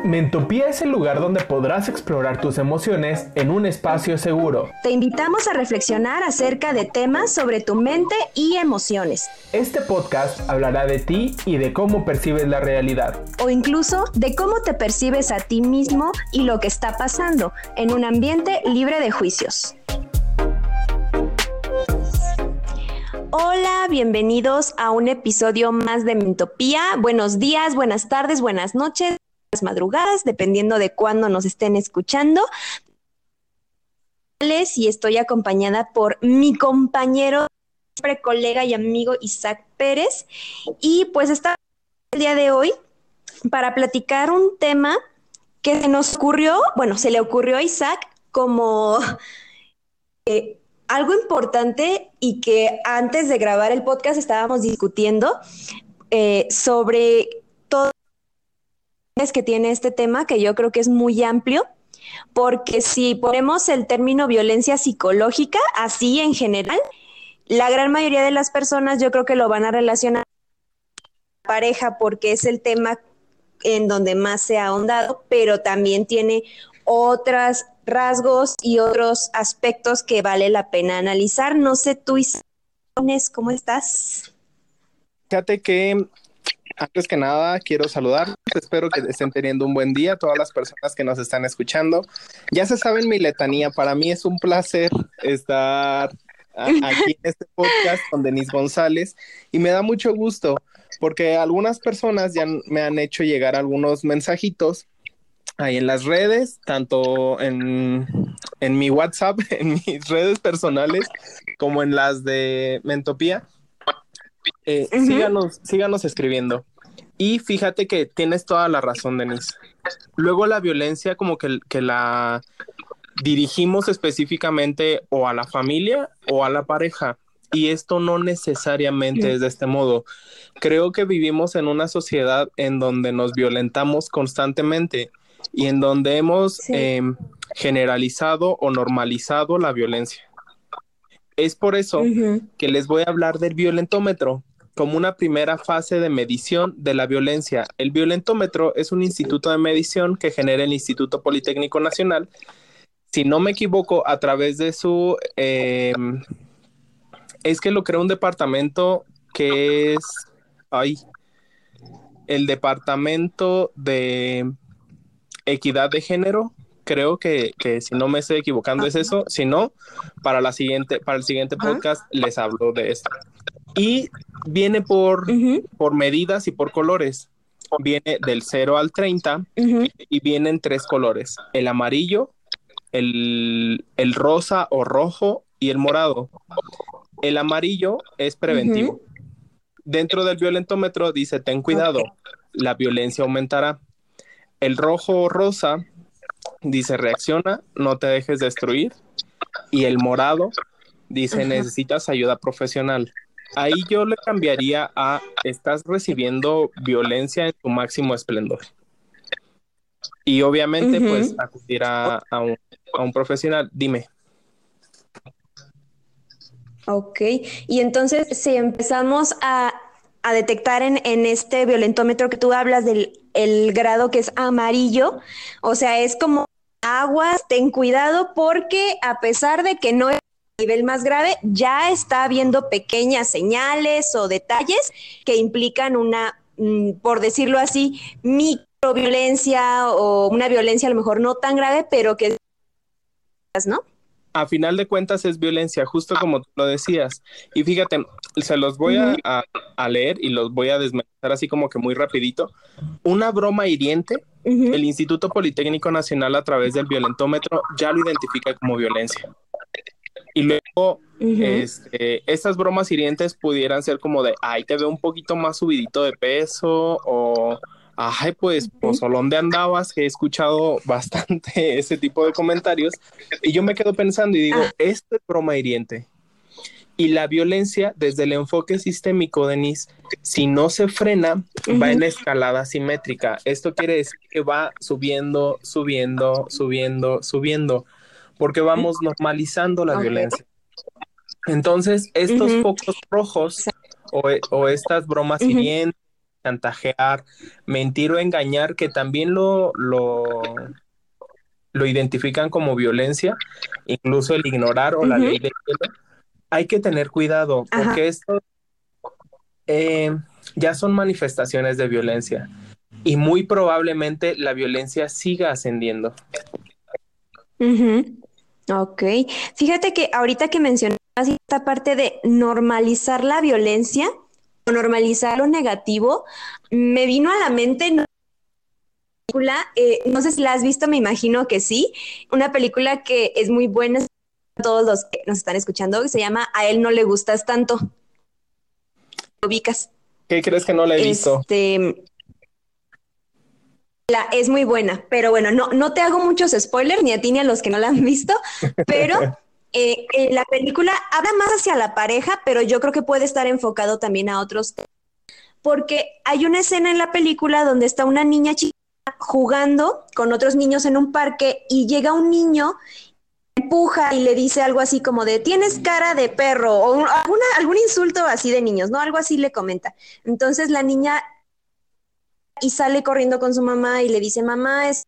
Mentopía es el lugar donde podrás explorar tus emociones en un espacio seguro. Te invitamos a reflexionar acerca de temas sobre tu mente y emociones. Este podcast hablará de ti y de cómo percibes la realidad. O incluso de cómo te percibes a ti mismo y lo que está pasando en un ambiente libre de juicios. Hola, bienvenidos a un episodio más de Mentopía. Buenos días, buenas tardes, buenas noches, buenas madrugadas, dependiendo de cuándo nos estén escuchando. Y estoy acompañada por mi compañero, siempre colega y amigo Isaac Pérez. Y pues está el día de hoy para platicar un tema que se le ocurrió a Isaac como algo importante y que antes de grabar el podcast estábamos discutiendo sobre todo que tiene este tema, que yo creo que es muy amplio, porque si ponemos el término violencia psicológica, así en general, la gran mayoría de las personas yo creo que lo van a relacionar a la pareja porque es el tema en donde más se ha ahondado, pero también tiene otros rasgos y otros aspectos que vale la pena analizar. No sé tú, Inés, ¿cómo estás? Fíjate que antes que nada quiero saludar, espero que estén teniendo un buen día todas las personas que nos están escuchando. Ya se saben mi letanía, para mí es un placer estar aquí en este podcast con Denise González y me da mucho gusto porque algunas personas ya me han hecho llegar algunos mensajitos ahí en las redes, tanto en mi WhatsApp, en mis redes personales, como en las de Mentopía. Síganos escribiendo. Y fíjate que tienes toda la razón, Denise. Luego la violencia como que la dirigimos específicamente o a la familia o a la pareja. Y esto no necesariamente es de este modo. Creo que vivimos en una sociedad en donde nos violentamos constantemente y en donde hemos generalizado o normalizado la violencia. Es por eso que les voy a hablar del violentómetro como una primera fase de medición de la violencia. El violentómetro es un instituto de medición que genera el Instituto Politécnico Nacional, si no me equivoco, a través de su... es que lo creó un departamento que es... el Departamento de Equidad de Género. Creo que si no me estoy equivocando es eso. Si no, para el siguiente podcast les hablo de esto. Y viene por medidas y por colores. Viene del 0 al 30 y vienen 3 colores: el amarillo, el rosa o rojo y el morado. El amarillo es preventivo. Dentro del violentómetro dice: ten cuidado, la violencia aumentará. El rojo o rosa dice: reacciona, no te dejes destruir. Y el morado dice: necesitas ayuda profesional. Ahí yo le cambiaría a: estás recibiendo violencia en tu máximo esplendor. Y obviamente, pues, acudir a un profesional. Dime. Ok, y entonces si empezamos a detectar en este violentómetro que tú hablas del el grado que es amarillo, o sea, es como aguas, ten cuidado porque a pesar de que no es el nivel más grave, ya está habiendo pequeñas señales o detalles que implican una, por decirlo así, microviolencia o una violencia a lo mejor no tan grave, pero que, ¿no? A final de cuentas es violencia, justo como tú lo decías. Y fíjate, se los voy a leer y los voy a desmenuzar así como que muy rapidito. Una broma hiriente, el Instituto Politécnico Nacional a través del violentómetro ya lo identifica como violencia. Y luego estas bromas hirientes pudieran ser como de: ay, te veo un poquito más subidito de peso, o ay, pues pozolón de andabas, que he escuchado bastante ese tipo de comentarios. Y yo me quedo pensando y digo, esto es broma hiriente. Y la violencia, desde el enfoque sistémico, Denise, si no se frena, va en escalada simétrica. Esto quiere decir que va subiendo, subiendo, subiendo, subiendo, porque vamos normalizando la violencia. Entonces, estos focos rojos o estas bromas hirientes chantajear, mentir o engañar, que también lo identifican como violencia, incluso el ignorar o la Ujú. ley de hielo, hay que tener cuidado Ajá. porque esto ya son manifestaciones de violencia y muy probablemente la violencia siga ascendiendo. Ujú. Ok. Fíjate que ahorita que mencionas esta parte de normalizar la violencia o normalizar lo negativo, me vino a la mente una película, no sé si la has visto, me imagino que sí, una película que es muy buena para todos los que nos están escuchando, que se llama A él no le gustas tanto. ¿Lo ubicas? ¿Qué crees que no la he visto? Este, es muy buena, pero bueno, no te hago muchos spoilers, ni a ti ni a los que no la han visto, pero en la película habla más hacia la pareja, pero yo creo que puede estar enfocado también a otros temas, porque hay una escena en la película donde está una niña chica jugando con otros niños en un parque y llega un niño, empuja y le dice algo así como de tienes cara de perro o algún insulto así de niños, ¿no? Algo así le comenta. Entonces la niña y sale corriendo con su mamá y le dice, mamá, es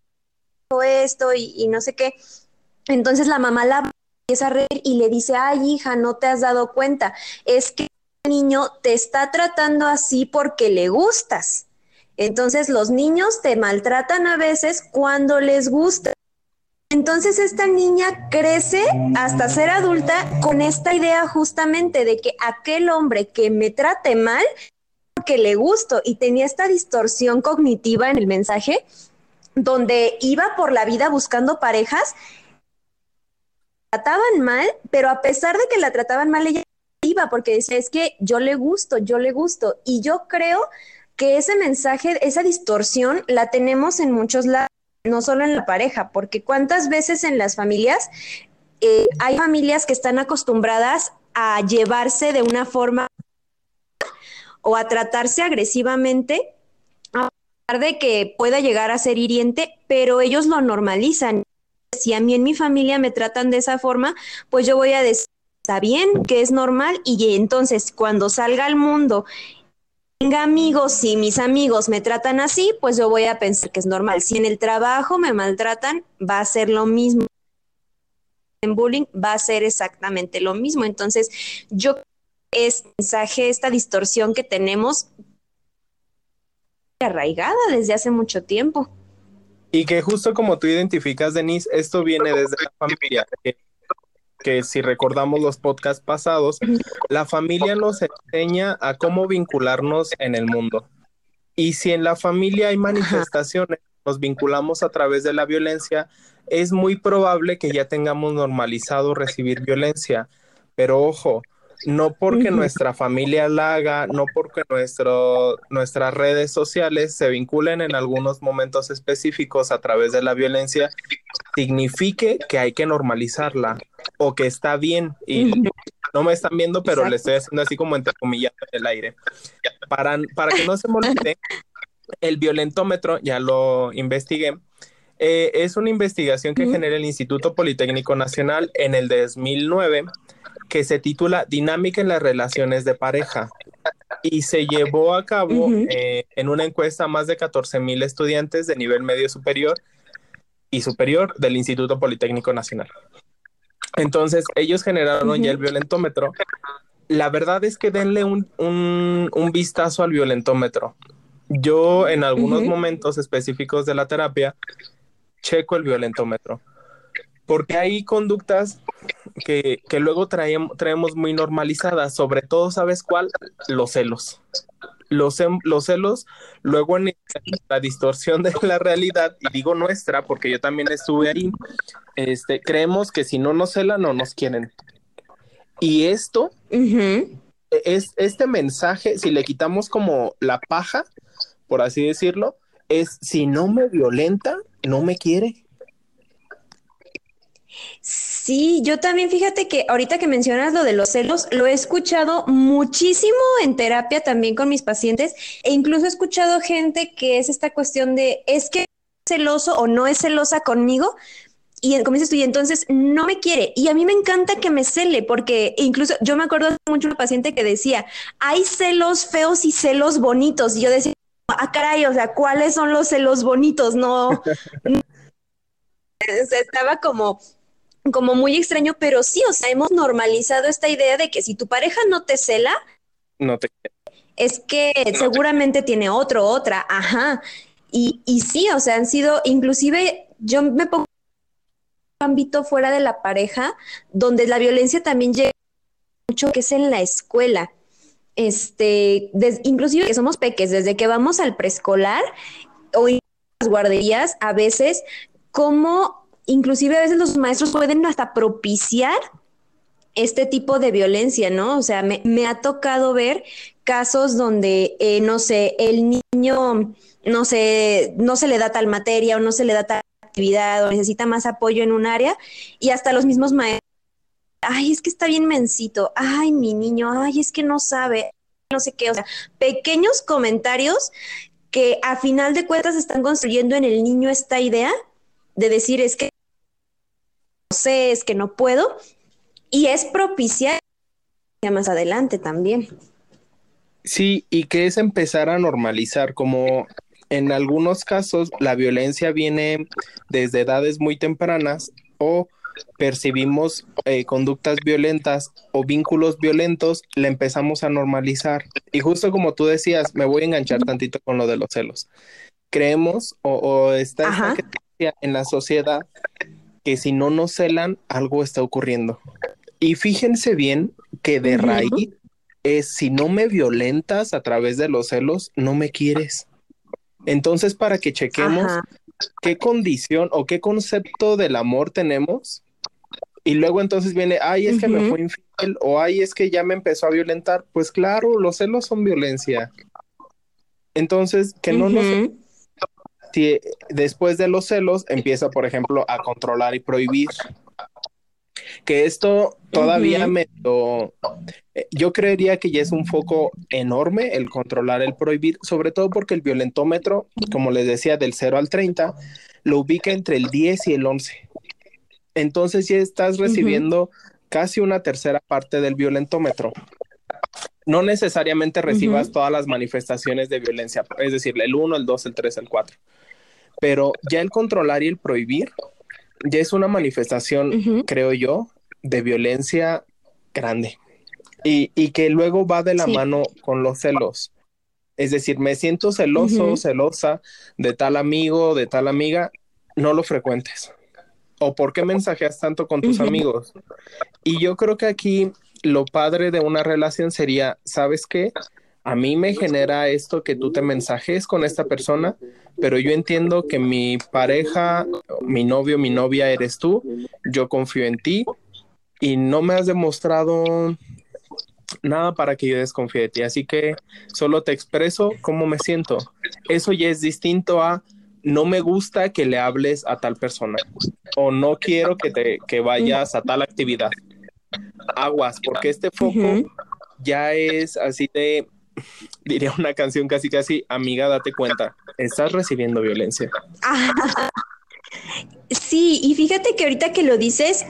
esto y no sé qué. Entonces la mamá la empieza a reír y le dice, ay hija, no te has dado cuenta, es que el niño te está tratando así porque le gustas. Entonces los niños te maltratan a veces cuando les gusta. Entonces esta niña crece hasta ser adulta con esta idea justamente de que aquel hombre que me trate mal, que le gusto, y tenía esta distorsión cognitiva en el mensaje donde iba por la vida buscando parejas, trataban mal, pero a pesar de que la trataban mal, ella iba porque decía, es que yo le gusto. Y yo creo que ese mensaje, esa distorsión, la tenemos en muchos lados, no solo en la pareja, porque cuántas veces en las familias hay familias que están acostumbradas a llevarse de una forma o a tratarse agresivamente, a pesar de que pueda llegar a ser hiriente, pero ellos lo normalizan. Si a mí en mi familia me tratan de esa forma, pues yo voy a decir, está bien, que es normal, y entonces cuando salga al mundo, tenga amigos, si mis amigos me tratan así, pues yo voy a pensar que es normal. Si en el trabajo me maltratan, va a ser lo mismo. En bullying va a ser exactamente lo mismo. Entonces, yo este mensaje, esta distorsión que tenemos arraigada desde hace mucho tiempo. Y que justo como tú identificas, Denise, esto viene desde la familia, que si recordamos los podcasts pasados, la familia nos enseña a cómo vincularnos en el mundo. Y si en la familia hay Ajá. manifestaciones, nos vinculamos a través de la violencia, es muy probable que ya tengamos normalizado recibir violencia. Pero ojo, no porque Uh-huh. nuestra familia la haga, no porque nuestras redes sociales se vinculen en algunos momentos específicos a través de la violencia, signifique que hay que normalizarla o que está bien. Y Uh-huh. no me están viendo, pero le Exacto. estoy haciendo así como entre comillas en el aire. Para que no se moleste, el violentómetro, ya lo investigué, es una investigación que Uh-huh. genera el Instituto Politécnico Nacional en el 2009 que se titula Dinámica en las relaciones de pareja y se llevó a cabo Uh-huh. en una encuesta a más de 14,000 estudiantes de nivel medio superior y superior del Instituto Politécnico Nacional. Entonces, ellos generaron ya el Uh-huh. violentómetro. La verdad es que denle un vistazo al violentómetro. Yo en algunos Uh-huh. momentos específicos de la terapia checo el violentómetro, porque hay conductas que luego traemos muy normalizadas, sobre todo, ¿sabes cuál? Los celos. Los celos, luego en la distorsión de la realidad, y digo nuestra, porque yo también estuve ahí, creemos que si no nos celan, no nos quieren. Y esto Uh-huh. es este mensaje, si le quitamos como la paja, por así decirlo, es si no me violenta, no me quiere. Sí, yo también fíjate que ahorita que mencionas lo de los celos, lo he escuchado muchísimo en terapia también con mis pacientes e incluso he escuchado gente que es esta cuestión de es que es celoso o no es celosa conmigo Y como dices tú, y entonces no me quiere. Y a mí me encanta que me cele, porque incluso yo me acuerdo mucho de una paciente que decía, hay celos feos y celos bonitos. Y yo decía, ah, caray, o sea, ¿cuáles son los celos bonitos? No, no, o sea, estaba como muy extraño, pero sí, o sea, hemos normalizado esta idea de que si tu pareja no te cela, No te... es que seguramente tiene otra, ajá. Y sí, o sea, han sido, inclusive yo me pongo en un ámbito fuera de la pareja, donde la violencia también llega mucho, que es en la escuela. Inclusive que somos peques, desde que vamos al preescolar o en las guarderías, a veces, como inclusive a veces los maestros pueden hasta propiciar este tipo de violencia, ¿no? O sea, me ha tocado ver casos donde, no sé, el niño, no se le da tal materia o no se le da tal actividad o necesita más apoyo en un área y hasta los mismos maestros, ay, es que está bien mencito, ay, mi niño, ay, es que no sabe, no sé qué, o sea, pequeños comentarios que a final de cuentas están construyendo en el niño esta idea de decir es que no sé, es que no puedo, y es propiciar más adelante también. Sí, y que es empezar a normalizar, como en algunos casos la violencia viene desde edades muy tempranas o percibimos conductas violentas o vínculos violentos, la empezamos a normalizar. Y justo como tú decías, me voy a enganchar tantito con lo de los celos. Creemos o está esta Ajá. creencia en la sociedad que si no nos celan, algo está ocurriendo. Y fíjense bien que de raíz Uh-huh. es si no me violentas a través de los celos, no me quieres. Entonces, para que chequemos Ajá. qué condición o qué concepto del amor tenemos, y luego entonces viene, ay, es que me Uh-huh. fue infiel, o ay, es que ya me empezó a violentar. Pues claro, los celos son violencia. Entonces, que no nos... Uh-huh. Si después de los celos empieza, por ejemplo, a controlar y prohibir, que esto todavía Uh-huh. yo creería que ya es un foco enorme el controlar, el prohibir, sobre todo porque el violentómetro, como les decía, del 0 al 30, lo ubica entre el 10 y el 11. Entonces ya estás Uh-huh. recibiendo casi una tercera parte del violentómetro. No necesariamente recibas Uh-huh. todas las manifestaciones de violencia, es decir, el 1, el 2, el 3, el 4. Pero ya el controlar y el prohibir ya es una manifestación, Uh-huh. creo yo, de violencia grande. Y que luego va de la Sí. mano con los celos. Es decir, me siento celoso, Uh-huh. celosa de tal amigo, de tal amiga, no lo frecuentes. ¿O por qué mensajeas tanto con tus Uh-huh. amigos? Y yo creo que aquí lo padre de una relación sería, ¿sabes qué? A mí me genera esto que tú te mensajes con esta persona, pero yo entiendo que mi pareja, mi novio, mi novia eres tú, yo confío en ti y no me has demostrado nada para que yo desconfíe de ti, así que solo te expreso cómo me siento. Eso ya es distinto a no me gusta que le hables a tal persona o no quiero que vayas a tal actividad. Aguas, porque este foco Uh-huh. ya es así de, diría una canción casi casi, amiga, date cuenta, estás recibiendo violencia. Ah, sí, y fíjate que ahorita que lo dices,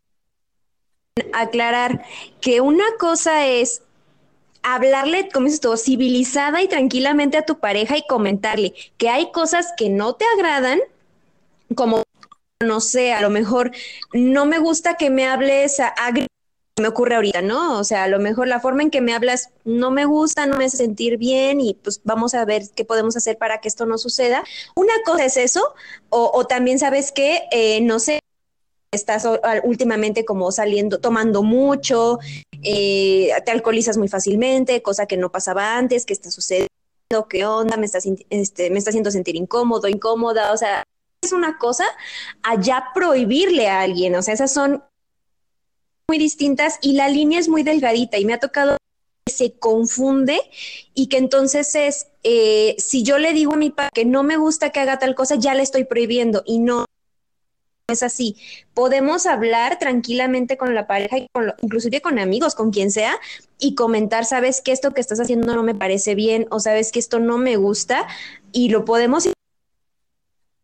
aclarar que una cosa es hablarle, como dices tú, civilizada y tranquilamente a tu pareja y comentarle que hay cosas que no te agradan, como, no sé, a lo mejor no me gusta que me hables a me ocurre ahorita, ¿no? O sea, a lo mejor la forma en que me hablas no me gusta, no me hace sentir bien y pues vamos a ver qué podemos hacer para que esto no suceda. Una cosa es eso, o también sabes que, no sé, estás últimamente como saliendo, tomando mucho, te alcoholizas muy fácilmente, cosa que no pasaba antes, ¿qué está sucediendo? ¿Qué onda? Me está haciendo sentir incómodo, incómoda, o sea, es una cosa allá prohibirle a alguien, o sea, esas son muy distintas y la línea es muy delgadita y me ha tocado que se confunde y que entonces es, si yo le digo a mi padre que no me gusta que haga tal cosa, ya le estoy prohibiendo y no es así. Podemos hablar tranquilamente con la pareja y inclusive con amigos, con quien sea, y comentar, sabes que esto que estás haciendo no me parece bien o sabes que esto no me gusta y lo podemos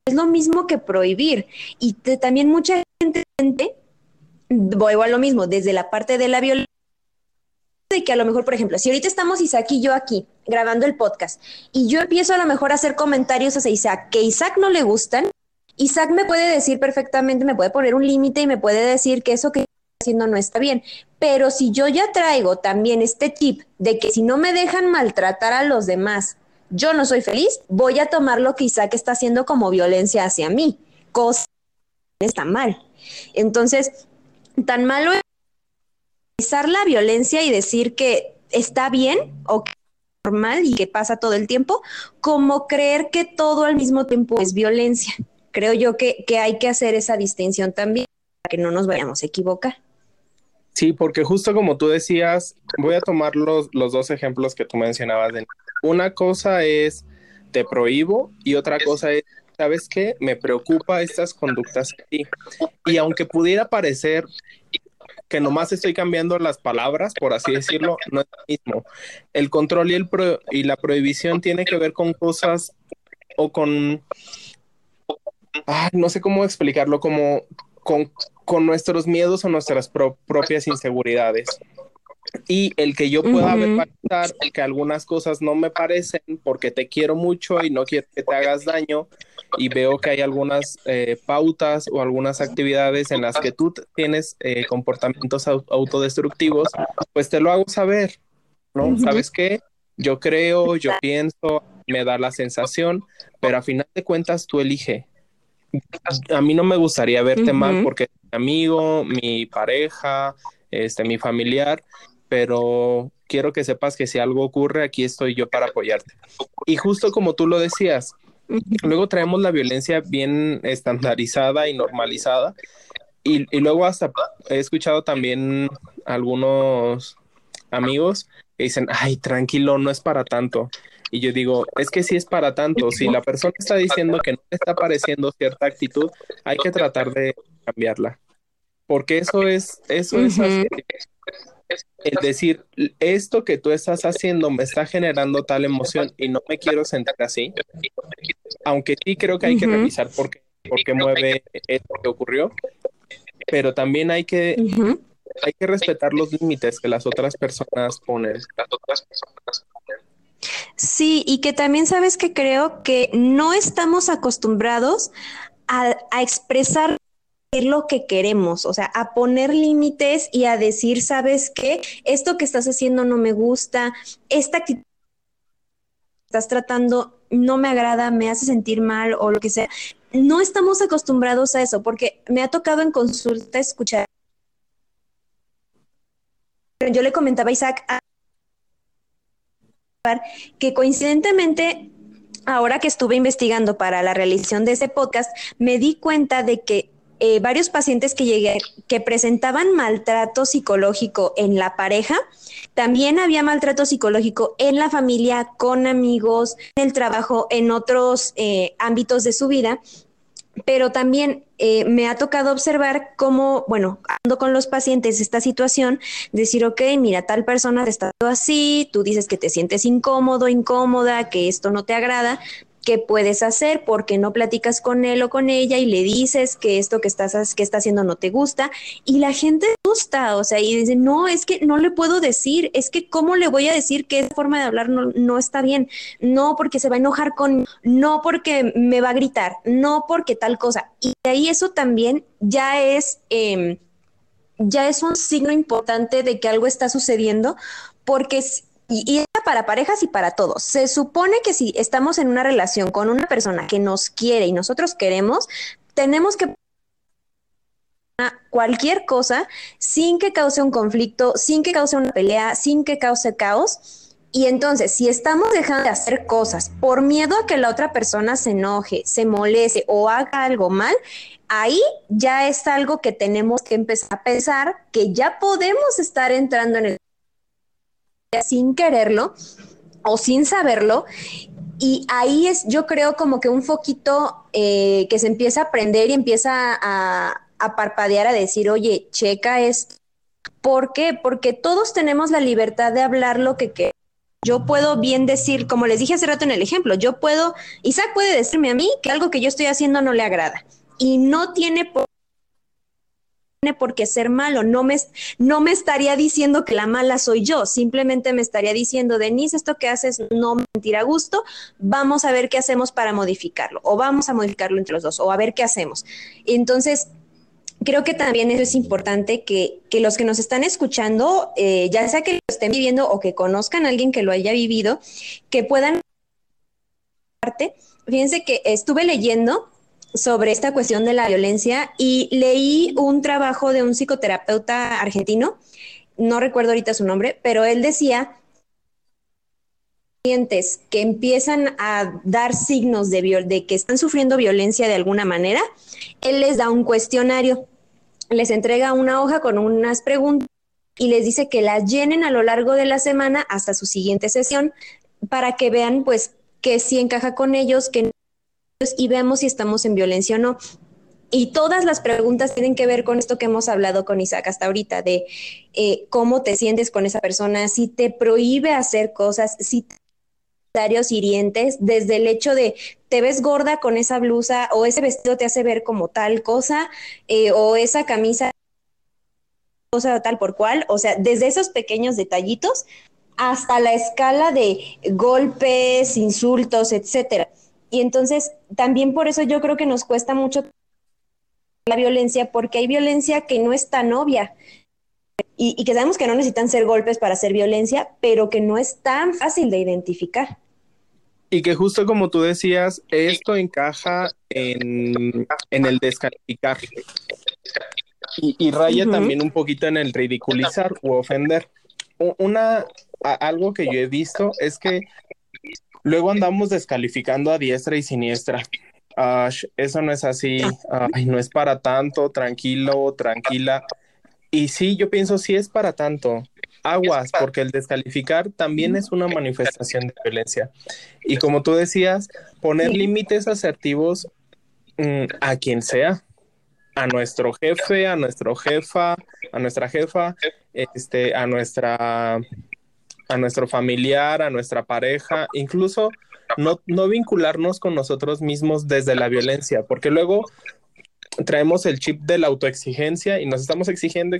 es lo mismo que prohibir. Y también mucha gente, vuelvo a lo mismo, desde la parte de la violencia, de que a lo mejor, por ejemplo, si ahorita estamos Isaac y yo aquí grabando el podcast y yo empiezo a lo mejor a hacer comentarios hacia Isaac que a Isaac no le gustan, Isaac me puede decir perfectamente, me puede poner un límite y me puede decir que eso que estoy haciendo no está bien. Pero si yo ya traigo también este tip de que si no me dejan maltratar a los demás, yo no soy feliz, voy a tomar lo que Isaac está haciendo como violencia hacia mí, cosa que está mal. Entonces, tan malo es la violencia y decir que está bien o que es normal y que pasa todo el tiempo, como creer que todo al mismo tiempo es violencia. Creo yo que hay que hacer esa distinción también para que no nos vayamos a equivocar. Sí, porque justo como tú decías, voy a tomar los dos ejemplos que tú mencionabas. Una cosa es te prohíbo y otra cosa es, ¿sabes qué? Me preocupa estas conductas aquí. Y aunque pudiera parecer que nomás estoy cambiando las palabras, por así decirlo, no es lo mismo. El control y la prohibición tiene que ver con cosas o con, no sé cómo explicarlo, como con nuestros miedos o nuestras propias inseguridades. Y el que yo pueda verbalizar que algunas cosas no me parecen porque te quiero mucho y no quiero que te hagas daño, y veo que hay algunas pautas o algunas actividades en las que tú tienes comportamientos autodestructivos, pues te lo hago saber, ¿no? ¿Sabes qué? Yo creo, yo pienso, me da la sensación, pero a final de cuentas tú elige. A mí no me gustaría verte mal porque es mi amigo, mi pareja, mi familiar, pero quiero que sepas que si algo ocurre, aquí estoy yo para apoyarte. Y justo como tú lo decías, luego traemos la violencia bien estandarizada y normalizada, y luego hasta he escuchado también algunos amigos que dicen, ay, tranquilo, no es para tanto. Y yo digo, es que sí es para tanto. Si la persona está diciendo que no le está pareciendo cierta actitud, hay que tratar de cambiarla. Porque eso es así. El decir, esto que tú estás haciendo me está generando tal emoción y no me quiero sentir así. Aunque sí creo que hay que revisar por qué mueve esto que ocurrió, pero también hay que respetar los límites que las otras personas ponen. Sí, y que también sabes que creo que no estamos acostumbrados a expresar lo que queremos, o sea, a poner límites y a decir, ¿sabes qué? Esto que estás haciendo no me gusta, esta actitud que estás tratando no me agrada, me hace sentir mal o lo que sea. No estamos acostumbrados a eso, porque me ha tocado en consulta escuchar. Yo le comentaba a Isaac que coincidentemente, ahora que estuve investigando para la realización de ese podcast, me di cuenta de que varios pacientes que llegué que presentaban maltrato psicológico en la pareja, también había maltrato psicológico en la familia, con amigos, en el trabajo, en otros ámbitos de su vida. Pero también me ha tocado observar cómo, bueno, ando con los pacientes esta situación, decir, ok, mira, tal persona te está dando así, tú dices que te sientes incómodo, incómoda, que esto no te agrada, ¿qué puedes hacer? ¿Por qué no platicas con él o con ella y le dices que esto que está haciendo no te gusta? Y la gente gusta, o sea, y dice, no, es que no le puedo decir, es que ¿cómo le voy a decir que esa forma de hablar no está bien? No porque se va a enojar conmigo, no porque me va a gritar, no porque tal cosa. Y de ahí eso también ya es un signo importante de que algo está sucediendo, porque y para parejas y para todos. Se supone que si estamos en una relación con una persona que nos quiere y nosotros queremos, tenemos que cualquier cosa sin que cause un conflicto, sin que cause una pelea, sin que cause caos. Y entonces, si estamos dejando de hacer cosas por miedo a que la otra persona se enoje, se moleste o haga algo mal, ahí ya es algo que tenemos que empezar a pensar que ya podemos estar entrando en el sin quererlo o sin saberlo, y ahí es, yo creo, como que un foquito que se empieza a prender y empieza a parpadear, a decir, oye, checa esto. ¿Por qué? Porque todos tenemos la libertad de hablar lo que queremos. Yo puedo bien decir, como les dije hace rato en el ejemplo, Isaac puede decirme a mí que algo que yo estoy haciendo no le agrada y no tiene por qué ser malo, no me estaría diciendo que la mala soy yo, simplemente me estaría diciendo, Denise, esto que haces no me sentirá a gusto, vamos a ver qué hacemos para modificarlo, o vamos a modificarlo entre los dos, o a ver qué hacemos. Entonces, creo que también eso es importante que los que nos están escuchando, ya sea que lo estén viviendo o que conozcan a alguien que lo haya vivido, que puedan... Fíjense que estuve leyendo sobre esta cuestión de la violencia y leí un trabajo de un psicoterapeuta argentino, no recuerdo ahorita su nombre, pero él decía que empiezan a dar signos de que están sufriendo violencia de alguna manera, él les da un cuestionario, les entrega una hoja con unas preguntas y les dice que las llenen a lo largo de la semana hasta su siguiente sesión para que vean pues que sí encaja con ellos, que y vemos si estamos en violencia o no. Y todas las preguntas tienen que ver con esto que hemos hablado con Isaac hasta ahorita, de cómo te sientes con esa persona, si te prohíbe hacer cosas, si te comentarios hirientes, desde el hecho de te ves gorda con esa blusa o ese vestido te hace ver como tal cosa, o esa camisa cosa tal por cual, o sea, desde esos pequeños detallitos hasta la escala de golpes, insultos, etcétera. Y entonces, también por eso yo creo que nos cuesta mucho la violencia, porque hay violencia que no es tan obvia y que sabemos que no necesitan ser golpes para hacer violencia, pero que no es tan fácil de identificar. Y que justo como tú decías, esto encaja en el descalificar y raya también un poquito en el ridiculizar u ofender. Algo que yo he visto es que luego andamos descalificando a diestra y siniestra. Eso no es así, no es para tanto, tranquilo, tranquila. Y sí, yo pienso sí es para tanto. Aguas, porque el descalificar también es una manifestación de violencia. Y como tú decías, poner límites asertivos a quien sea, a nuestro jefe, a nuestro jefa, a nuestra jefa, a nuestro familiar, a nuestra pareja, incluso no vincularnos con nosotros mismos desde la violencia, porque luego traemos el chip de la autoexigencia y nos estamos exigiendo,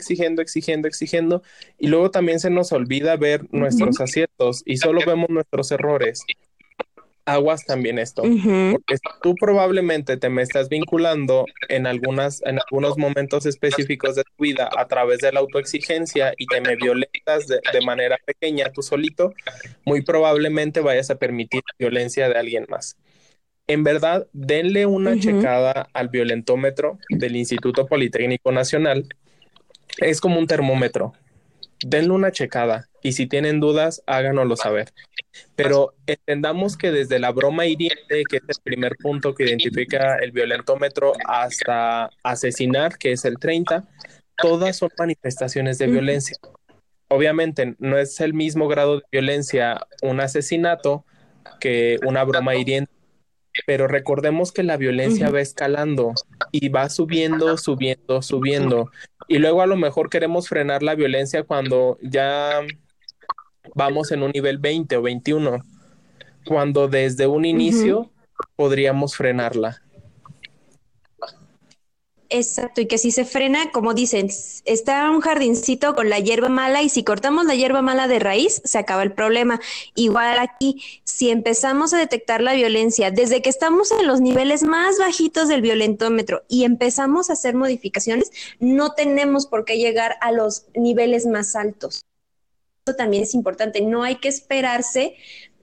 y luego también se nos olvida ver nuestros aciertos y solo vemos nuestros errores. Aguas también esto, porque tú probablemente te me estás vinculando en algunos momentos específicos de tu vida a través de la autoexigencia y te me violentas de manera pequeña tú solito, muy probablemente vayas a permitir violencia de alguien más. En verdad, denle una checada al violentómetro del Instituto Politécnico Nacional. Es como un termómetro. Denle una checada y si tienen dudas, háganoslo saber. Pero entendamos que desde la broma hiriente, que es el primer punto que identifica el violentómetro, hasta asesinar, que es el 30, todas son manifestaciones de violencia. Obviamente no es el mismo grado de violencia un asesinato que una broma hiriente, pero recordemos que la violencia va escalando y va subiendo. Y luego a lo mejor queremos frenar la violencia cuando ya vamos en un nivel 20 o 21, cuando desde un inicio podríamos frenarla. Exacto, y que si se frena, como dicen, está un jardincito con la hierba mala y si cortamos la hierba mala de raíz, se acaba el problema. Igual aquí, si empezamos a detectar la violencia desde que estamos en los niveles más bajitos del violentómetro y empezamos a hacer modificaciones, no tenemos por qué llegar a los niveles más altos. Eso también es importante, no hay que esperarse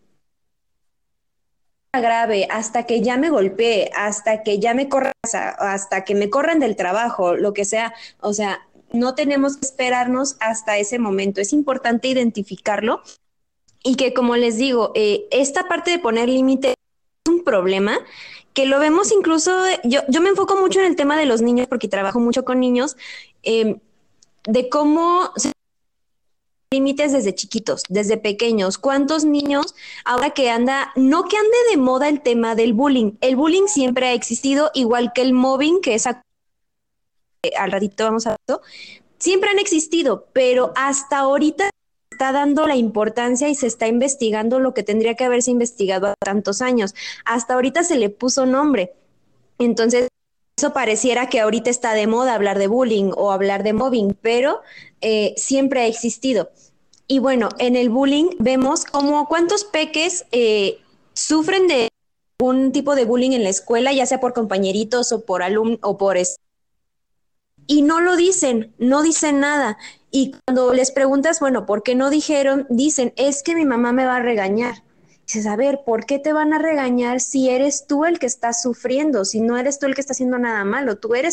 grave, hasta que ya me golpee, hasta que ya me corran, hasta que me corran del trabajo, lo que sea, o sea, no tenemos que esperarnos hasta ese momento, es importante identificarlo y que como les digo, esta parte de poner límite es un problema que lo vemos incluso, yo me enfoco mucho en el tema de los niños porque trabajo mucho con niños, de cómo límites desde chiquitos, desde pequeños. ¿Cuántos niños ahora que no que ande de moda el tema del bullying? El bullying siempre ha existido, igual que el mobbing, que es al ratito vamos a ver, siempre han existido, pero hasta ahorita está dando la importancia y se está investigando lo que tendría que haberse investigado a tantos años. Hasta ahorita se le puso nombre. Entonces, eso pareciera que ahorita está de moda hablar de bullying o hablar de mobbing, pero siempre ha existido. Y bueno, en el bullying vemos como cuántos peques sufren de un tipo de bullying en la escuela, ya sea por compañeritos o por alumnos o por y no lo dicen, no dicen nada. Y cuando les preguntas, bueno, ¿por qué no dijeron? Dicen, es que mi mamá me va a regañar. Dices, a ver, ¿por qué te van a regañar si eres tú el que está sufriendo? Si no eres tú el que está haciendo nada malo, tú eres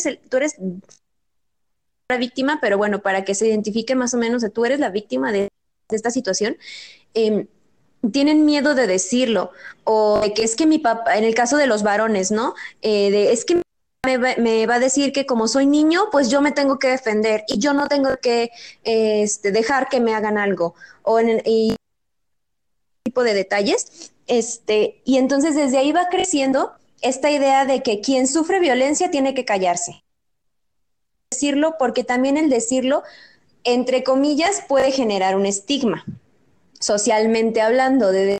la víctima, pero bueno, para que se identifique más o menos, tú eres la víctima de esta situación. Tienen miedo de decirlo, o de que es que mi papá, en el caso de los varones, ¿no? Es que me va a decir que como soy niño, pues yo me tengo que defender y yo no tengo que dejar que me hagan algo. Y tipo de detalles. Y entonces desde ahí va creciendo esta idea de que quien sufre violencia tiene que callarse. Decirlo, porque también el decirlo, entre comillas, puede generar un estigma, socialmente hablando, de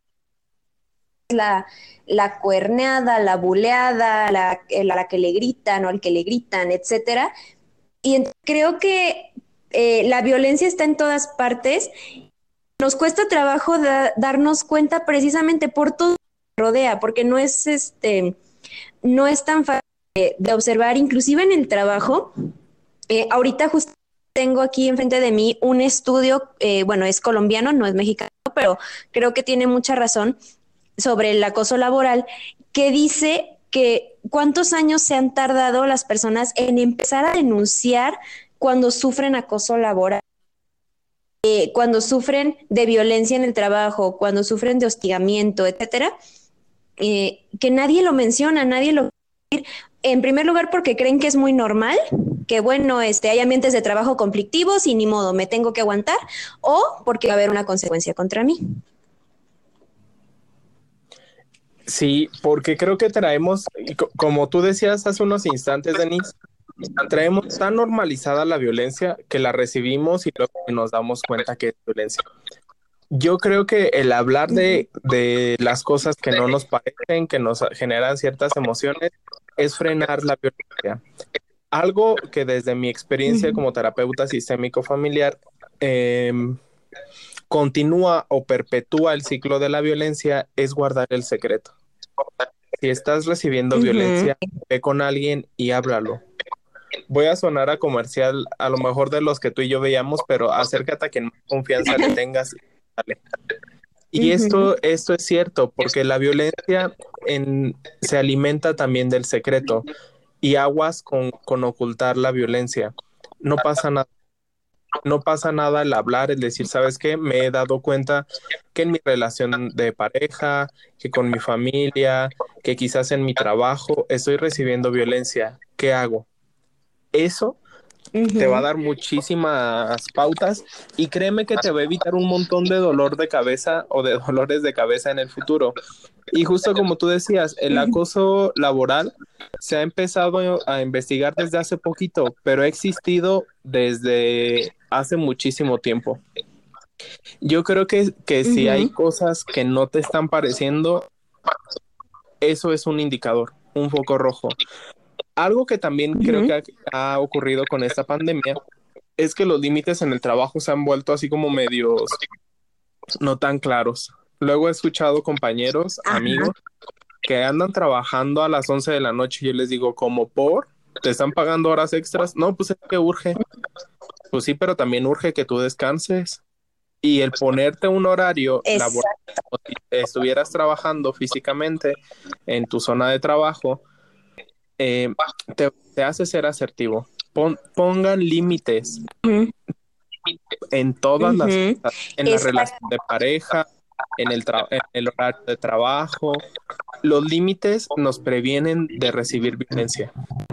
la cuerneada, la buleada, la que le gritan o al que le gritan, etcétera. Y creo que la violencia está en todas partes. Nos cuesta trabajo darnos cuenta precisamente por todo lo que rodea, porque no es tan fácil de observar, inclusive en el trabajo. Ahorita justo tengo aquí enfrente de mí un estudio, bueno, es colombiano, no es mexicano, pero creo que tiene mucha razón sobre el acoso laboral, que dice que cuántos años se han tardado las personas en empezar a denunciar cuando sufren acoso laboral, cuando sufren de violencia en el trabajo, cuando sufren de hostigamiento, etcétera, que nadie lo menciona, nadie lo... En primer lugar, porque creen que es muy normal, que bueno, hay ambientes de trabajo conflictivos y ni modo, me tengo que aguantar, o porque va a haber una consecuencia contra mí. Sí, porque creo que traemos, como tú decías hace unos instantes, Denise, traemos tan normalizada la violencia que la recibimos y luego nos damos cuenta que es violencia. Yo creo que el hablar de las cosas que no nos parecen, que nos generan ciertas emociones, es frenar la violencia. Algo que desde mi experiencia como terapeuta sistémico familiar continúa o perpetúa el ciclo de la violencia es guardar el secreto. Si estás recibiendo violencia, ve con alguien y háblalo. Voy a sonar a comercial, a lo mejor de los que tú y yo veíamos, pero acércate a quien más confianza le tengas. Dale. Y esto es cierto, porque la violencia se alimenta también del secreto y aguas con ocultar la violencia. No pasa nada. No pasa nada al hablar, el decir, ¿sabes qué? Me he dado cuenta que en mi relación de pareja, que con mi familia, que quizás en mi trabajo estoy recibiendo violencia. ¿Qué hago? Eso te va a dar muchísimas pautas y créeme que te va a evitar un montón de dolor de cabeza o de dolores de cabeza en el futuro. Y justo como tú decías, el acoso laboral se ha empezado a investigar desde hace poquito, pero ha existido desde hace muchísimo tiempo. Yo creo que si hay cosas que no te están pareciendo, eso es un indicador, un foco rojo. Algo que también creo que ha ocurrido con esta pandemia es que los límites en el trabajo se han vuelto así como medios no tan claros. Luego he escuchado compañeros, amigos, que andan trabajando a las 11 de la noche y yo les digo, ¿cómo por? ¿Te están pagando horas extras? No, pues es que urge. Pues sí, pero también urge que tú descanses. Y el ponerte un horario laboral, como si estuvieras trabajando físicamente en tu zona de trabajo, te hace ser asertivo. Pongan límites en todas las cosas, en la relación de pareja, en el horario de trabajo. Los límites nos previenen de recibir violencia.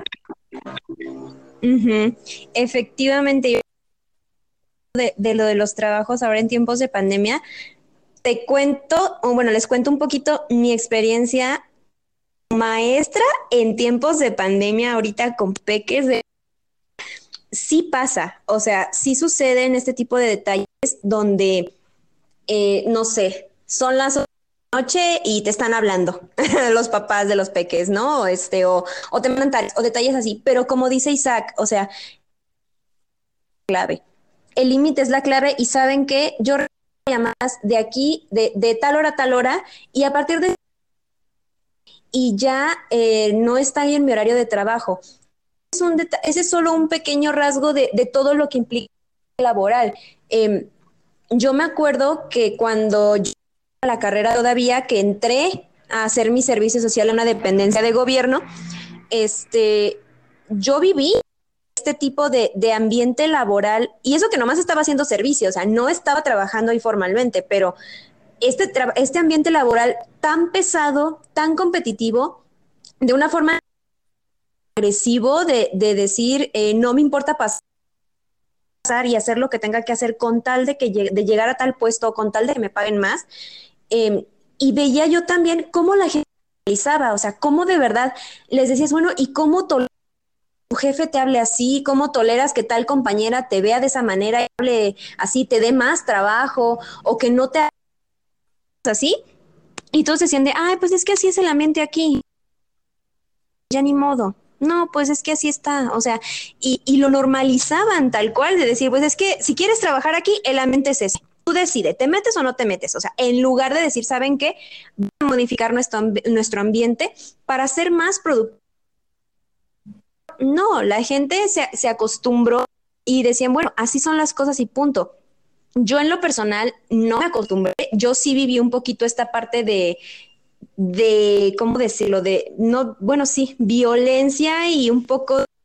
Efectivamente, de lo de los trabajos ahora en tiempos de pandemia, les cuento un poquito mi experiencia maestra en tiempos de pandemia ahorita con peques. Sí pasa, o sea, sí sucede en este tipo de detalles donde no sé, son las 8 de la noche y te están hablando los papás de los peques, ¿no? O te mandan tareas, o detalles así, pero como dice Isaac, o sea, clave. El límite es la clave y saben que yo recibo llamadas de aquí, de tal hora a tal hora, y a partir de y ya no está ahí en mi horario de trabajo. Ese es solo un pequeño rasgo de todo lo que implica laboral. Yo me acuerdo que cuando yo a la carrera todavía que entré a hacer mi servicio social en una dependencia de gobierno, yo viví este tipo de ambiente laboral y eso que nomás estaba haciendo servicio, o sea, no estaba trabajando ahí formalmente, pero este ambiente laboral tan pesado, tan competitivo, de una forma agresivo de decir, no me importa pasar y hacer lo que tenga que hacer con tal de llegar a tal puesto, con tal de que me paguen más. Y veía yo también cómo la gente realizaba, o sea, cómo de verdad les decías, bueno, ¿y cómo tu jefe te hable así? ¿Cómo toleras que tal compañera te vea de esa manera y hable así, te dé más trabajo o que no te hagas así? Y todos decían ay, pues es que así es el ambiente aquí, ya ni modo. No, pues es que así está, o sea, y lo normalizaban tal cual, de decir, pues es que si quieres trabajar aquí, el ambiente es ese. Tú decides, ¿te metes o no te metes? O sea, en lugar de decir, ¿saben qué? Vamos a modificar nuestro ambiente para ser más productivo. No, la gente se acostumbró y decían, bueno, así son las cosas y punto. Yo en lo personal no me acostumbré, yo sí viví un poquito esta parte ¿cómo decirlo? No, bueno, sí, violencia y un poco de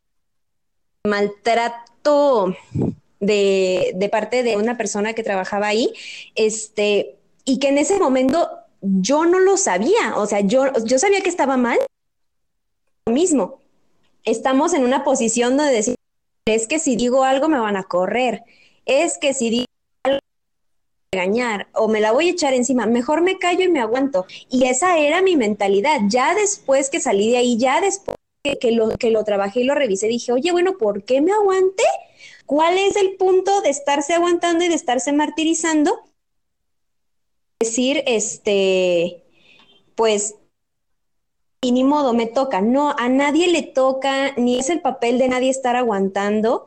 maltrato de parte de una persona que trabajaba ahí, y que en ese momento yo no lo sabía, o sea, yo sabía que estaba mal, lo mismo. Estamos en una posición donde decir, es que si digo algo me van a correr, es que si digo regañar o me la voy a echar encima, mejor me callo y me aguanto. Y esa era mi mentalidad. Ya después que salí de ahí, ya después que lo trabajé y lo revisé, dije, oye, bueno, ¿por qué me aguanté? ¿Cuál es el punto de estarse aguantando y de estarse martirizando? Decir, pues, y ni modo, me toca. No, a nadie le toca, ni es el papel de nadie estar aguantando,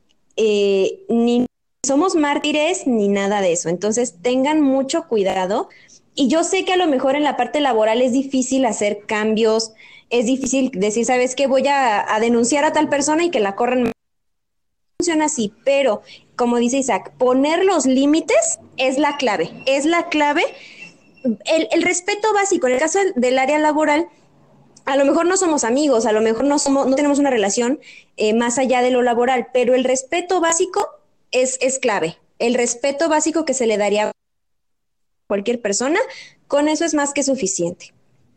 ni somos mártires ni nada de eso. Entonces tengan mucho cuidado. Y yo sé que a lo mejor en la parte laboral es difícil hacer cambios, es difícil decir, ¿sabes qué? Voy a denunciar a tal persona y que la corran. Funciona así, pero como dice Isaac, poner los límites es la clave, es la clave. El respeto básico, en el caso del área laboral, a lo mejor no somos amigos, a lo mejor no tenemos una relación más allá de lo laboral, pero el respeto básico es clave. El respeto básico que se le daría a cualquier persona, con eso es más que suficiente.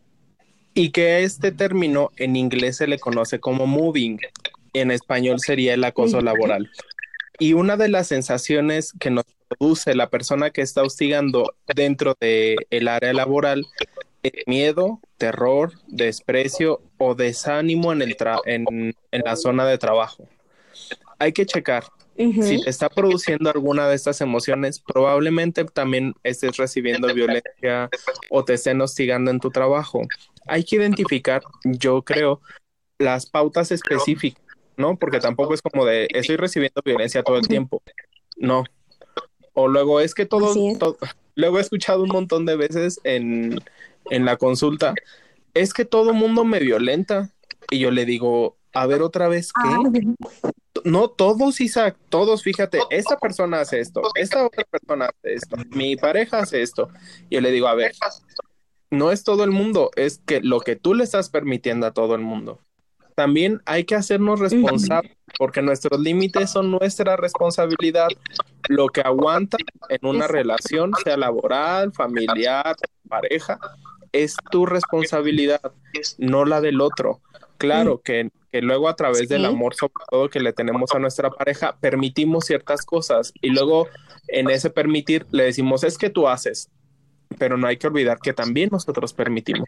Y que este término en inglés se le conoce como moving, en español sería el acoso laboral. Y una de las sensaciones que nos produce la persona que está hostigando dentro del área laboral es miedo, terror, desprecio o desánimo en la zona de trabajo. Hay que checar. Si te está produciendo alguna de estas emociones, probablemente también estés recibiendo violencia o te estén hostigando en tu trabajo. Hay que identificar, yo creo, las pautas específicas, ¿no? Porque tampoco es como de estoy recibiendo violencia todo el tiempo. No. O luego es que luego he escuchado un montón de veces en la consulta, es que todo mundo me violenta. Y yo le digo, a ver otra vez, ¿qué? No todos, Isaac, todos, fíjate, esta persona hace esto, esta otra persona hace esto, mi pareja hace esto. Y yo le digo, a ver, no es todo el mundo, es que lo que tú le estás permitiendo a todo el mundo. También hay que hacernos responsables, porque nuestros límites son nuestra responsabilidad. Lo que aguanta en una relación, sea laboral, familiar, pareja, es tu responsabilidad, no la del otro. Claro que luego a través del amor, sobre todo que le tenemos a nuestra pareja, permitimos ciertas cosas y luego en ese permitir le decimos, es que tú haces, pero no hay que olvidar que también nosotros permitimos.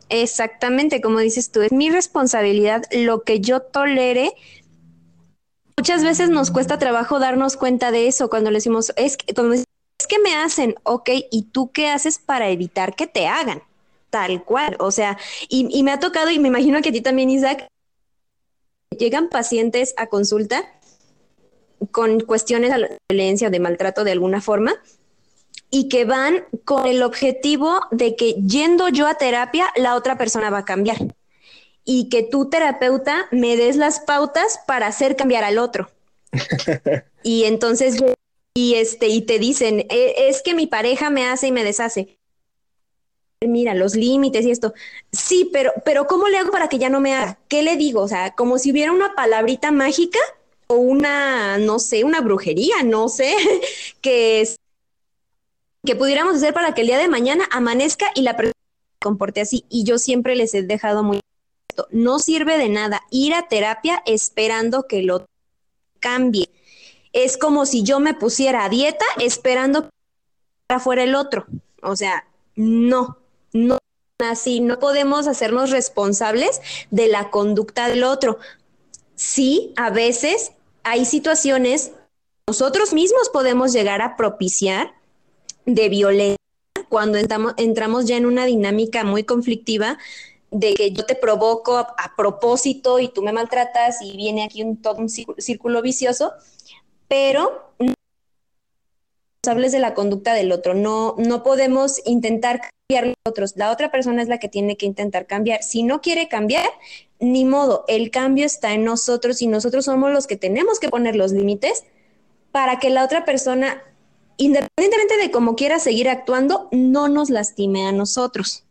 Exactamente, como dices tú, es mi responsabilidad lo que yo tolere muchas veces nos cuesta trabajo darnos cuenta de eso cuando le decimos, es que me hacen, ok, ¿y tú qué haces para evitar que te hagan? Tal cual, o sea, y me ha tocado, y me imagino que a ti también, Isaac, llegan pacientes a consulta con cuestiones de violencia o de maltrato de alguna forma, y que van con el objetivo de que yendo yo a terapia, la otra persona va a cambiar. Y que tú, terapeuta, me des las pautas para hacer cambiar al otro. Y entonces, y te dicen, es que mi pareja me hace y me deshace. Mira, los límites y esto. Sí, pero ¿cómo le hago para que ya no me haga? ¿Qué le digo? O sea, como si hubiera una palabrita mágica o una, no sé, una brujería, no sé, que, que pudiéramos hacer para que el día de mañana amanezca y la persona se comporte así. Y yo siempre les he dejado muy claro, no sirve de nada ir a terapia esperando que lo cambie. Es como si yo me pusiera a dieta esperando que fuera el otro. O sea, no así, no podemos hacernos responsables de la conducta del otro. Sí, a veces hay situaciones que nosotros mismos podemos llegar a propiciar de violencia cuando entramos ya en una dinámica muy conflictiva de que yo te provoco a propósito y tú me maltratas y viene aquí todo un círculo vicioso, pero no responsables de la conducta del otro. No podemos intentar cambiar nosotros. La otra persona es la que tiene que intentar cambiar. Si no quiere cambiar, ni modo, el cambio está en nosotros y nosotros somos los que tenemos que poner los límites para que la otra persona, independientemente de cómo quiera seguir actuando, no nos lastime a nosotros.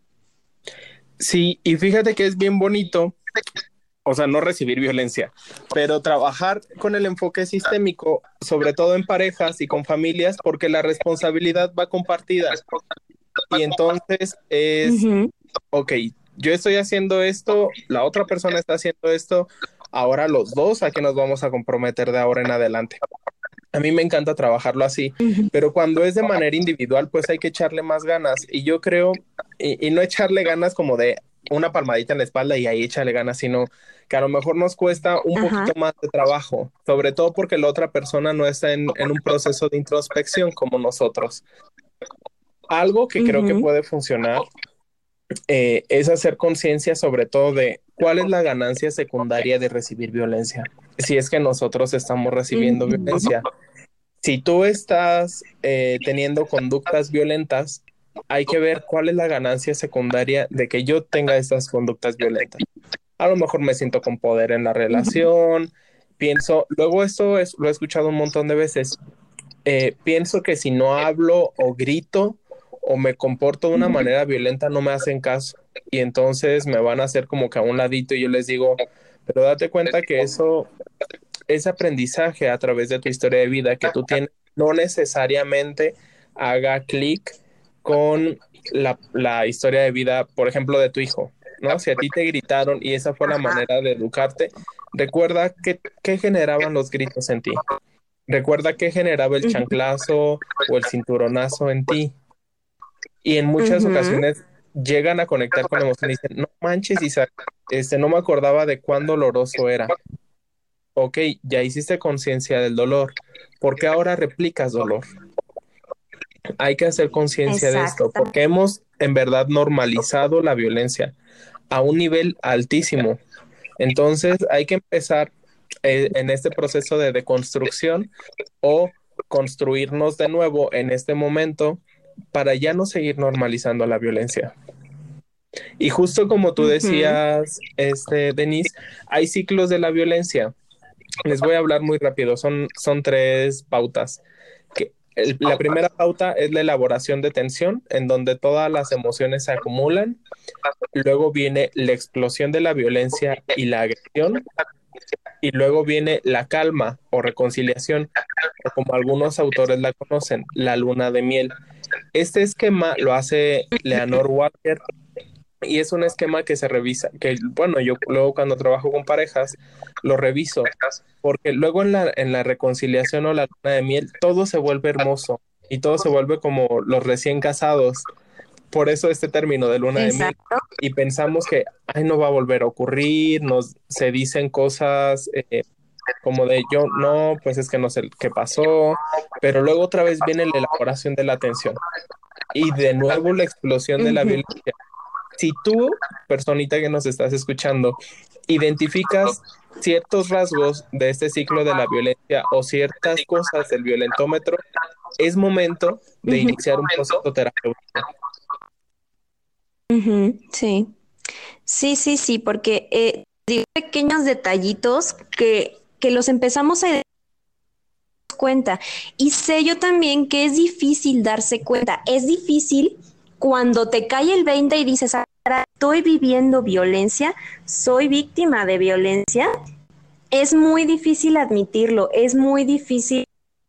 Sí, y fíjate que es bien bonito, o sea, no recibir violencia, pero trabajar con el enfoque sistémico, sobre todo en parejas y con familias, porque la responsabilidad va compartida. Y entonces es, ok, yo estoy haciendo esto, la otra persona está haciendo esto, ahora los dos, ¿a qué nos vamos a comprometer de ahora en adelante? A mí me encanta trabajarlo así, pero cuando es de manera individual, pues hay que echarle más ganas. Y yo creo, y no echarle ganas como de una palmadita en la espalda y ahí échale ganas, sino que a lo mejor nos cuesta un poquito más de trabajo, sobre todo porque la otra persona no está en un proceso de introspección como nosotros. Algo que creo que puede funcionar es hacer conciencia sobre todo de cuál es la ganancia secundaria de recibir violencia. Si es que nosotros estamos recibiendo violencia. Si tú estás teniendo conductas violentas, hay que ver cuál es la ganancia secundaria de que yo tenga estas conductas violentas. A lo mejor me siento con poder en la relación, pienso, luego lo he escuchado un montón de veces, pienso que si no hablo o grito o me comporto de una manera violenta no me hacen caso y entonces me van a hacer como que a un ladito y yo les digo, pero date cuenta que eso ese aprendizaje a través de tu historia de vida que tú tienes no necesariamente haga clic con la historia de vida, por ejemplo, de tu hijo, ¿no? Si a ti te gritaron y esa fue la manera de educarte, recuerda qué generaban los gritos en ti. Recuerda qué generaba el chanclazo o el cinturonazo en ti. Y en muchas ocasiones llegan a conectar con la emoción y dicen, no manches, Isaac, no me acordaba de cuán doloroso era. Ok, ya hiciste conciencia del dolor. ¿Por qué ahora replicas dolor? Hay que hacer conciencia de esto, porque hemos en verdad normalizado la violencia a un nivel altísimo. Entonces hay que empezar en este proceso de deconstrucción o construirnos de nuevo en este momento para ya no seguir normalizando la violencia. Y justo como tú decías, Denise, hay ciclos de la violencia. Les voy a hablar muy rápido, son 3 pautas. La primera pauta es la elaboración de tensión, en donde todas las emociones se acumulan. Luego viene la explosión de la violencia y la agresión. Y luego viene la calma o reconciliación, o como algunos autores la conocen, la luna de miel. Este esquema lo hace Leonore Walker y es un esquema que se revisa, que bueno, yo luego cuando trabajo con parejas lo reviso, porque luego en la reconciliación o la luna de miel todo se vuelve hermoso y todo se vuelve como los recién casados. Por eso este término de luna de miel. Y pensamos que ay, no va a volver a ocurrir, se dicen cosas como de yo, no, pues es que no sé qué pasó, pero luego otra vez viene la elaboración de la tensión y de nuevo la explosión de la Ujú, violencia. Si tú, personita que nos estás escuchando, identificas ciertos rasgos de este ciclo de la violencia o ciertas cosas del violentómetro, es momento de ujú, iniciar un proceso terapéutico. ujú, sí. Sí, sí, sí, porque digo, pequeños detallitos que los empezamos a dar cuenta. Y sé yo también que es difícil darse cuenta. Es difícil cuando te cae el 20 y dices, "Ah, estoy viviendo violencia, soy víctima de violencia". Es muy difícil admitirlo, es muy difícil,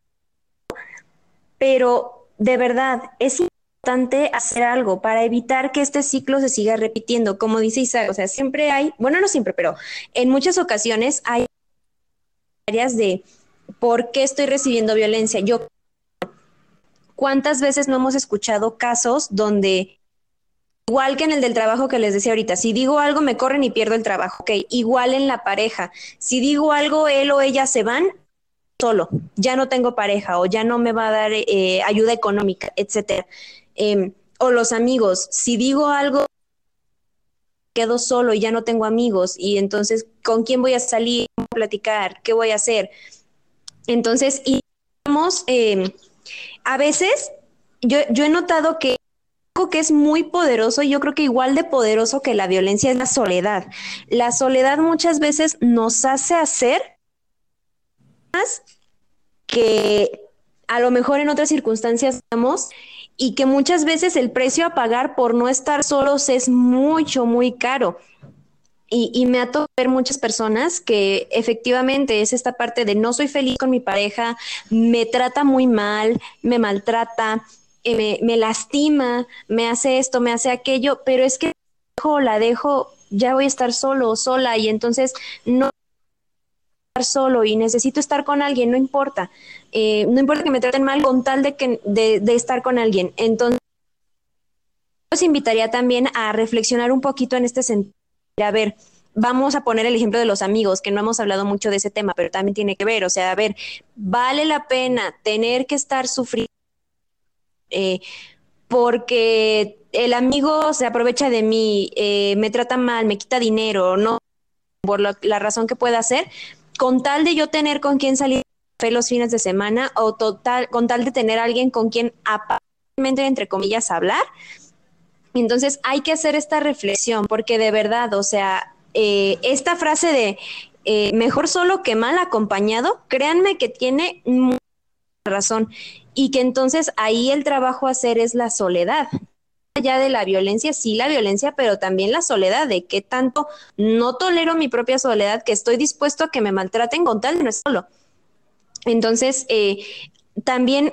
pero de verdad es importante hacer algo para evitar que este ciclo se siga repitiendo. Como dice Isaac, o sea, siempre hay, bueno, no siempre, pero en muchas ocasiones hay áreas de por qué estoy recibiendo violencia. Yo, ¿cuántas veces no hemos escuchado casos donde, igual que en el del trabajo que les decía ahorita, si digo algo me corren y pierdo el trabajo? Ok, igual en la pareja, si digo algo él o ella se van solo, ya no tengo pareja o ya no me va a dar ayuda económica, etcétera. O los amigos, si digo algo quedo solo y ya no tengo amigos y entonces ¿con quién voy a salir, a platicar, qué voy a hacer? Entonces, y vamos, a veces yo he notado que algo que es muy poderoso, y yo creo que igual de poderoso que la violencia, es la soledad. La soledad muchas veces nos hace hacer que a lo mejor en otras circunstancias estamos, y que muchas veces el precio a pagar por no estar solos es mucho, muy caro. Y me ha tocado ver muchas personas que efectivamente es esta parte de no soy feliz con mi pareja, me trata muy mal, me maltrata, me lastima, me hace esto, me hace aquello, pero es que la dejo, ya voy a estar solo o sola y entonces no estar solo y necesito estar con alguien, no importa, no importa que me traten mal con tal de estar con alguien. Entonces, los invitaría también a reflexionar un poquito en este sentido. A ver, vamos a poner el ejemplo de los amigos, que no hemos hablado mucho de ese tema, pero también tiene que ver, o sea, a ver, ¿vale la pena tener que estar sufriendo eh, porque el amigo se aprovecha de mí, me trata mal, me quita dinero, no por la razón que pueda ser, con tal de yo tener con quien salir los fines de semana o total, con tal de tener alguien con quien aparentemente, entre comillas, hablar? Entonces hay que hacer esta reflexión porque de verdad, o sea, esta frase de mejor solo que mal acompañado, créanme que tiene mucha razón, y que entonces ahí el trabajo a hacer es la soledad. Allá de la violencia, sí la violencia, pero también la soledad, de qué tanto no tolero mi propia soledad, que estoy dispuesto a que me maltraten con tal de no estar solo. Entonces, también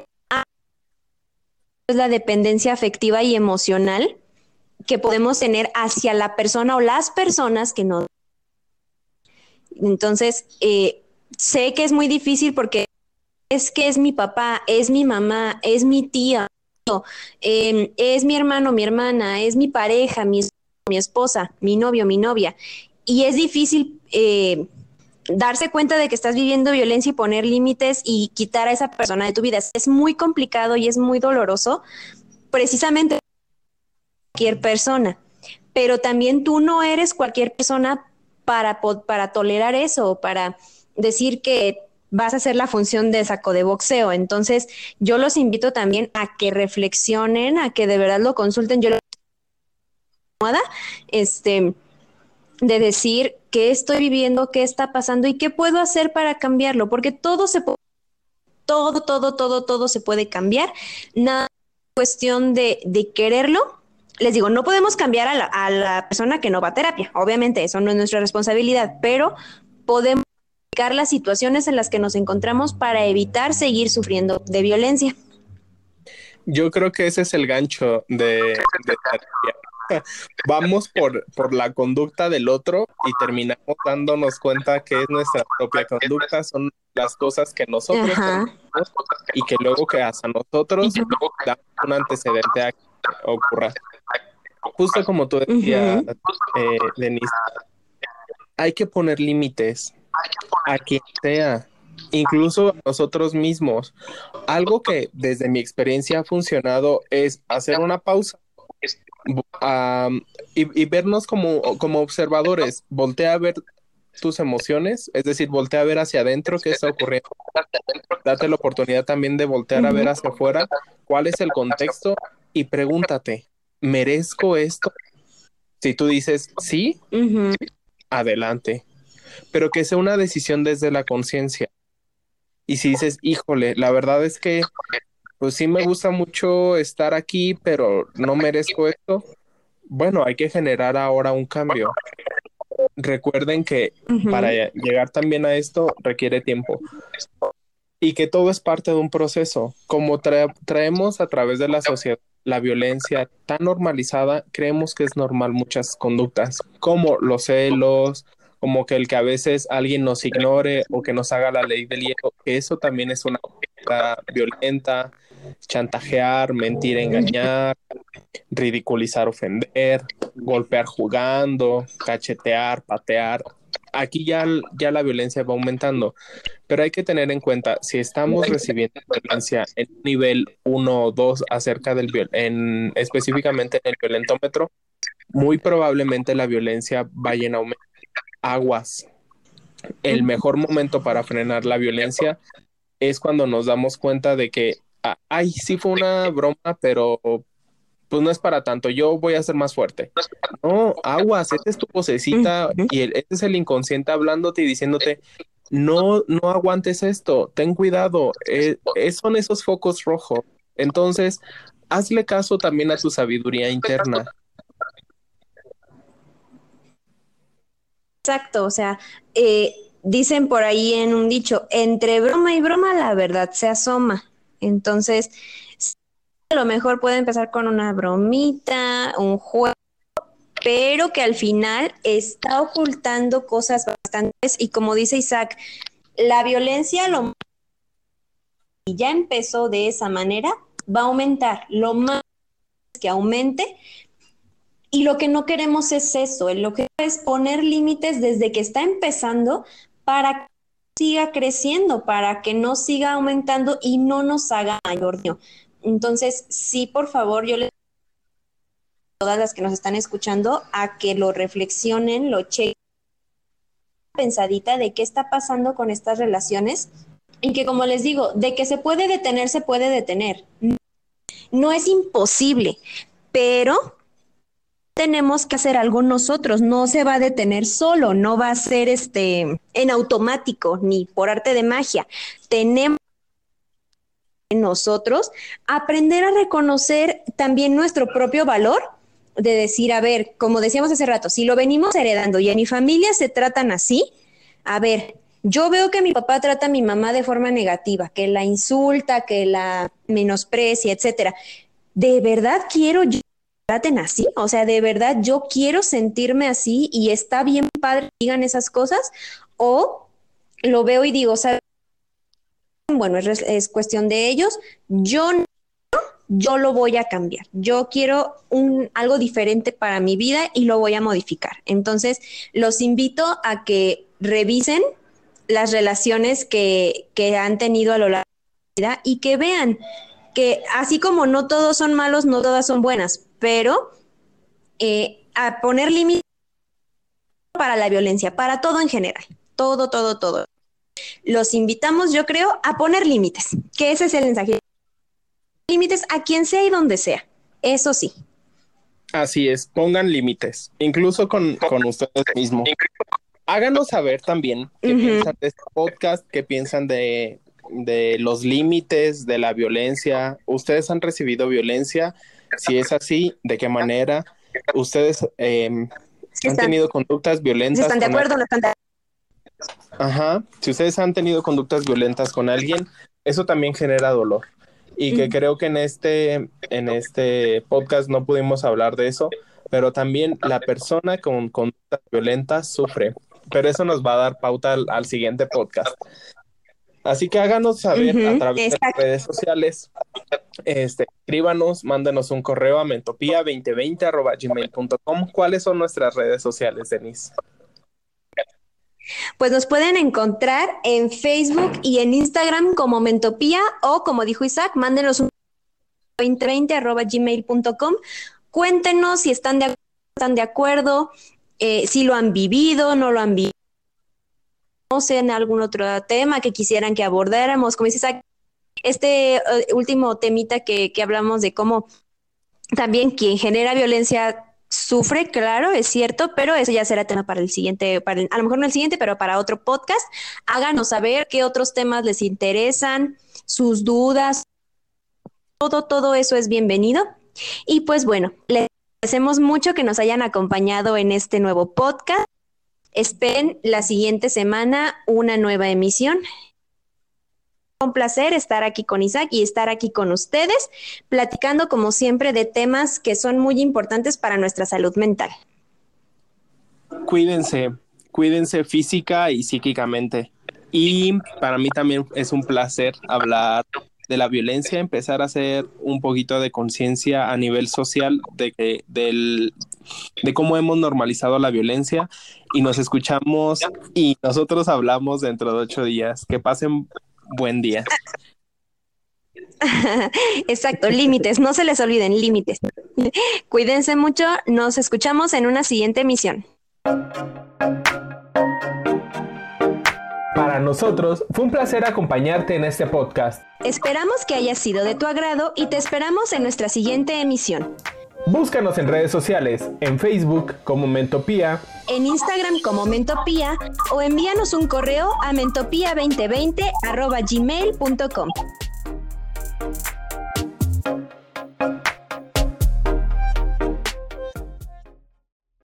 es la dependencia afectiva y emocional que podemos tener hacia la persona o las personas que nos... Entonces, sé que es muy difícil porque es que es mi papá, es mi mamá, es mi tía, es mi hermano, mi hermana, es mi pareja, mi esposa, mi novio, mi novia. Y es difícil darse cuenta de que estás viviendo violencia y poner límites y quitar a esa persona de tu vida. Es muy complicado y es muy doloroso, precisamente cualquier persona, pero también tú no eres cualquier persona para tolerar eso, para decir que vas a hacer la función de saco de boxeo. Entonces, yo los invito también a que reflexionen, a que de verdad lo consulten. Yo lo este, de decir qué estoy viviendo, qué está pasando y qué puedo hacer para cambiarlo, porque todo se puede, todo se puede cambiar. Nada es cuestión de quererlo. Les digo, no podemos cambiar a la persona que no va a terapia. Obviamente, eso no es nuestra responsabilidad, pero podemos modificar las situaciones en las que nos encontramos para evitar seguir sufriendo de violencia. Yo creo que ese es el gancho de terapia. Vamos por la conducta del otro y terminamos dándonos cuenta que es nuestra propia conducta, son las cosas que nosotros Ajá. permitimos y que luego que hasta nosotros damos un antecedente a que ocurra. Justo como tú decías, Ujú. Denise, hay que poner límites. a quien sea, incluso a nosotros mismos. Algo que desde mi experiencia ha funcionado es hacer una pausa, y vernos como observadores. Voltea a ver tus emociones, es decir, voltea a ver hacia adentro qué está ocurriendo. Date la oportunidad también de voltear a ver hacia afuera cuál es el contexto y pregúntate, ¿merezco esto? Si tú dices sí, adelante, pero que sea una decisión desde la conciencia. Y si dices, híjole, la verdad es que pues sí me gusta mucho estar aquí, pero no merezco esto, bueno, hay que generar ahora un cambio. Recuerden que para llegar también a esto requiere tiempo y que todo es parte de un proceso. Como traemos a través de la sociedad la violencia tan normalizada, creemos que es normal muchas conductas, como los celos, como que el que a veces alguien nos ignore o que nos haga la ley del hielo, que eso también es una conducta violenta, chantajear, mentir, engañar, ridiculizar, ofender, golpear jugando, cachetear, patear. Aquí ya la violencia va aumentando, pero hay que tener en cuenta, si estamos recibiendo violencia en nivel 1 o 2 acerca específicamente en el violentómetro, muy probablemente la violencia vaya en aumento. Aguas. El mejor momento para frenar la violencia es cuando nos damos cuenta de que, ay, sí fue una broma, pero pues no es para tanto, yo voy a ser más fuerte. No, aguas, esta es tu vocecita y este es el inconsciente hablándote y diciéndote, no, no aguantes esto, ten cuidado, son esos focos rojos. Entonces, hazle caso también a tu sabiduría interna. Exacto, o sea, dicen por ahí en un dicho, entre broma y broma la verdad se asoma. Entonces, a lo mejor puede empezar con una bromita, un juego, pero que al final está ocultando cosas bastantes y como dice Isaac, la violencia y ya empezó de esa manera, va a aumentar. Lo más que aumente y lo que no queremos es eso, lo que es poner límites desde que está empezando para que siga creciendo, para que no siga aumentando y no nos haga mayor daño. Entonces, sí, por favor, yo les todas las que nos están escuchando a que lo reflexionen, lo chequen, pensadita de qué está pasando con estas relaciones y que como les digo, de que se puede detener, se puede detener. No es imposible, pero tenemos que hacer algo nosotros, no se va a detener solo, no va a ser en automático ni por arte de magia. Tenemos nosotros aprender a reconocer también nuestro propio valor de decir, a ver, como decíamos hace rato, si lo venimos heredando y en mi familia se tratan así, a ver, yo veo que mi papá trata a mi mamá de forma negativa, que la insulta, que la menosprecia, etcétera. ¿De verdad quiero yo que traten así? O sea, ¿de verdad yo quiero sentirme así y está bien padre que digan esas cosas? ¿O lo veo y digo, ¿sabes? Bueno, es cuestión de ellos, yo lo voy a cambiar. Yo quiero algo diferente para mi vida y lo voy a modificar. Entonces, los invito a que revisen las relaciones que han tenido a lo largo de la vida y que vean que así como no todos son malos, no todas son buenas, pero a poner límites para la violencia, para todo en general, todo, todo, todo. Los invitamos, yo creo, a poner límites, que ese es el mensaje. Límites a quien sea y donde sea, eso sí. Así es, pongan límites, incluso con ustedes mismos. Háganos saber también qué piensan de este podcast, qué piensan de los límites, de la violencia. ¿Ustedes han recibido violencia? Si es así, ¿de qué manera? ¿Ustedes han tenido conductas violentas? ¿Están de acuerdo o no están de acuerdo? Ajá, si ustedes han tenido conductas violentas con alguien, eso también genera dolor. Y que creo que en este podcast no pudimos hablar de eso, pero también la persona con conductas violentas sufre. Pero eso nos va a dar pauta al siguiente podcast. Así que háganos saber a través de las redes sociales. Escríbanos, mándenos un correo a mentopia2020@gmail.com. ¿Cuáles son nuestras redes sociales, Denise? Pues nos pueden encontrar en Facebook y en Instagram como Mentopía o como dijo Isaac, mándenos un 2020@gmail.com. Cuéntenos si están de acuerdo, si lo han vivido, no lo han vivido, no sé, en algún otro tema que quisieran que abordáramos. Como dice Isaac, último temita que hablamos de cómo también quien genera violencia sufre, claro, es cierto, pero eso ya será tema para el siguiente, a lo mejor no el siguiente, pero para otro podcast. Háganos saber qué otros temas les interesan, sus dudas, todo eso es bienvenido. Y pues bueno, les agradecemos mucho que nos hayan acompañado en este nuevo podcast. Esperen la siguiente semana una nueva emisión. Un placer estar aquí con Isaac y estar aquí con ustedes, platicando como siempre de temas que son muy importantes para nuestra salud mental. Cuídense física y psíquicamente. Y para mí también es un placer hablar de la violencia, empezar a hacer un poquito de conciencia a nivel social de cómo hemos normalizado la violencia, y nos escuchamos y nosotros hablamos dentro de 8 días. Que pasen buen día. Exacto, límites, no se les olviden, límites. Cuídense mucho, nos escuchamos en una siguiente emisión. Para nosotros fue un placer acompañarte en este podcast. Esperamos que haya sido de tu agrado y te esperamos en nuestra siguiente emisión. Búscanos en redes sociales, en Facebook como Mentopía, en Instagram como Mentopía o envíanos un correo a mentopía2020@gmail.com.